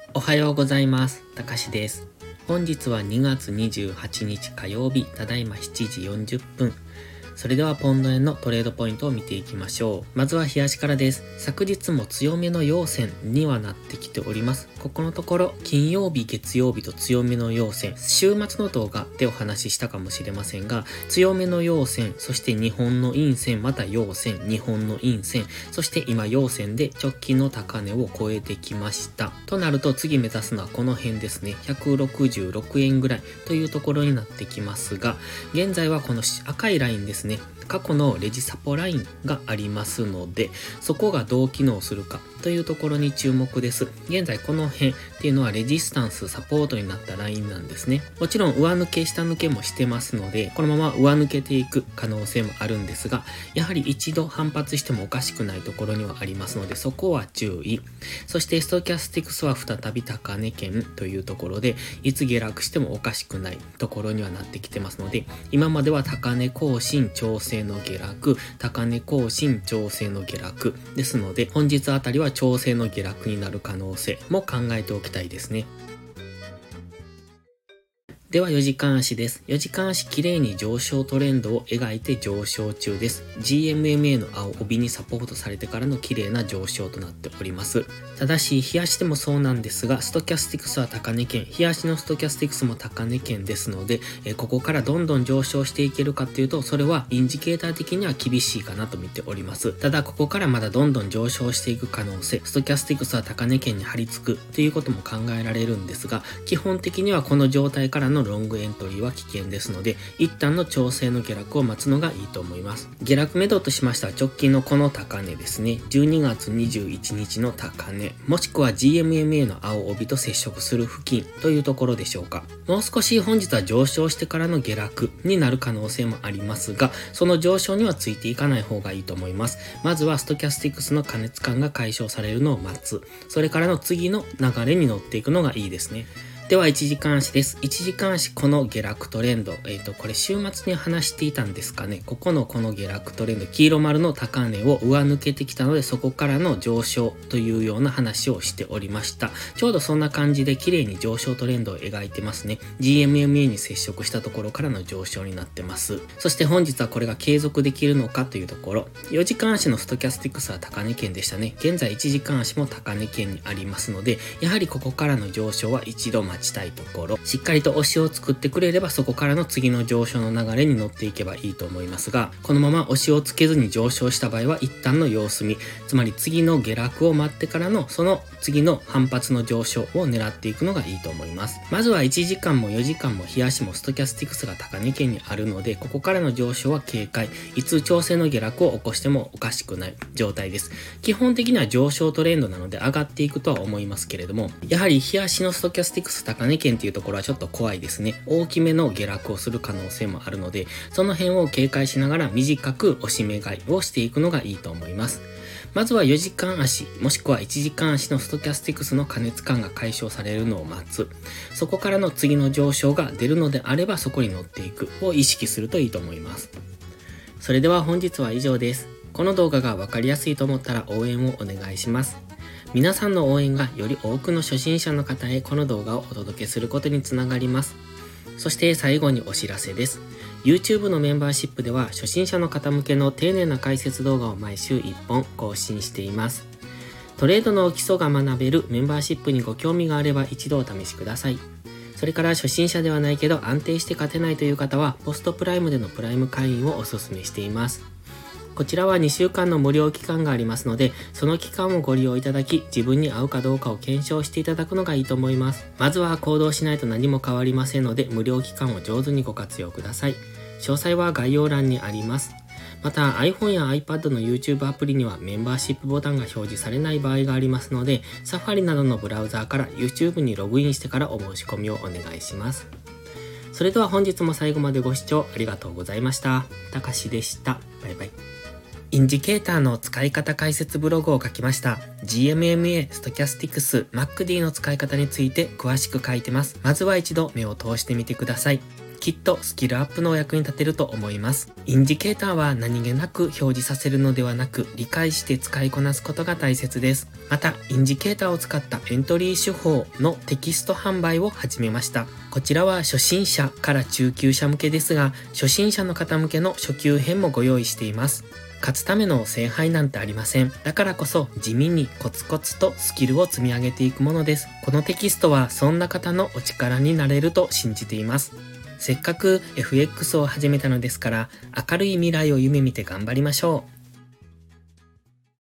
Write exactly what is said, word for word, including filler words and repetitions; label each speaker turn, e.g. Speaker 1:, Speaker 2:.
Speaker 1: おはようございます。たかしです。本日はにがつにじゅうはちにち火曜日、ただいましちじよんじゅっぷん。それではポンド円のトレードポイントを見ていきましょう。まずは日足からです。昨日も強めの陽線にはなってきております。ここのところ、金曜日、月曜日と強めの陽線、週末の動画でお話ししたかもしれませんが、強めの陽線、そして日本の陰線、また陽線、日本の陰線、そして今陽線で直近の高値を超えてきました。となると次目指すのはこの辺ですね。ひゃくろくじゅうろくえんぐらいというところになってきますが、現在はこの赤いラインですね。過去のレジサポラインがありますので、そこがどう機能するかというところに注目です。現在この辺っていうのはレジスタンスサポートになったラインなんですね。もちろん上抜け下抜けもしてますので、このまま上抜けていく可能性もあるんですが、やはり一度反発してもおかしくないところにはありますので、そこは注意。そしてストキャスティクスは再び高値圏というところで、いつ下落してもおかしくないところにはなってきてますので、今までは高値更新調整の下落、高値更新調整の下落ですので、本日あたりは調整の下落になる可能性も考えておきたいですね。ではよじかん足です。よじかん足綺麗に上昇トレンドを描いて上昇中です。ジーエムエムエー の青帯にサポートされてからの綺麗な上昇となっております。ただし、日足でもそうなんですが、ストキャスティクスは高値圏、日足のストキャスティクスも高値圏ですので、えここからどんどん上昇していけるかっていうと、それはインジケーター的には厳しいかなと見ております。ただ、ここからまだどんどん上昇していく可能性、ストキャスティクスは高値圏に張り付くということも考えられるんですが、基本的にはこの状態からのロングエントリーは危険ですので、一旦の調整の下落を待つのがいいと思います。下落目処としましたら直近のこの高値ですね。じゅうにがつにじゅういちにちの高値、もしくは ジーエムエムエー の青帯と接触する付近というところでしょうか。もう少し本日は上昇してからの下落になる可能性もありますが、その上昇にはついていかない方がいいと思います。まずはストキャスティクスの過熱感が解消されるのを待つ。それからの次の流れに乗っていくのがいいですね。ではいちじかん足です。いちじかん足この下落トレンド。えっと、これ週末に話していたんですかね。ここのこの下落トレンド、黄色丸の高値を上抜けてきたので、そこからの上昇というような話をしておりました。ちょうどそんな感じで綺麗に上昇トレンドを描いてますね。ジーエムエムエー に接触したところからの上昇になってます。そして本日はこれが継続できるのかというところ。よじかん足のストキャスティクスは高値圏でしたね。現在いちじかん足も高値圏にありますので、やはりここからの上昇は一度待ちたいところ、しっかりと押しを作ってくれればそこからの次の上昇の流れに乗っていけばいいと思いますが、このまま押しをつけずに上昇した場合は一旦の様子見、つまり次の下落を待ってからのその次の反発の上昇を狙っていくのがいいと思います。まずはいちじかんもよじかんも日足もストキャスティクスが高値圏にあるので、ここからの上昇は警戒、いつ調整の下落を起こしてもおかしくない状態です。基本的には上昇トレンドなので上がっていくとは思いますけれども、やはり日足のストキャスティクス高値圏っていうところはちょっと怖いですね。大きめの下落をする可能性もあるので、その辺を警戒しながら短く押し目買いをしていくのがいいと思います。まずはよじかん足、もしくはいちじかん足のストキャスティクスの過熱感が解消されるのを待つ。そこからの次の上昇が出るのであればそこに乗っていくを意識するといいと思います。それでは本日は以上です。この動画がわかりやすいと思ったら応援をお願いします。皆さんの応援がより多くの初心者の方へこの動画をお届けすることにつながります。そして最後にお知らせです。YouTube のメンバーシップでは初心者の方向けの丁寧な解説動画を毎週いっぽん更新しています。トレードの基礎が学べるメンバーシップにご興味があれば一度お試しください。それから初心者ではないけど安定して勝てないという方はポストプライムでのプライム会員をお勧めしています。こちらはにしゅうかんの無料期間がありますので、その期間をご利用いただき、自分に合うかどうかを検証していただくのがいいと思います。まずは行動しないと何も変わりませんので、無料期間を上手にご活用ください。詳細は概要欄にあります。また iPhone や iPad の YouTube アプリにはメンバーシップボタンが表示されない場合がありますので、Safari などのブラウザーから YouTube にログインしてからお申し込みをお願いします。それでは本日も最後までご視聴ありがとうございました。たかしでした。バイバイ。インジケーターの使い方解説ブログを書きました。ジーエムエムエー、ストキャスティクス、マックディ の使い方について詳しく書いてます。まずは一度目を通してみてください。 きっとスキルアップのお役に立てると思います。インジケーターは何気なく表示させるのではなく、理解して使いこなすことが大切です。また、インジケーターを使ったエントリー手法のテキスト販売を始めました。こちらは初心者から中級者向けですが、初心者の方向けの初級編もご用意しています。勝つための聖杯なんてありません。だからこそ地味にコツコツとスキルを積み上げていくものです。このテキストはそんな方のお力になれると信じています。せっかく エフエックス を始めたのですから、明るい未来を夢見て頑張りましょう。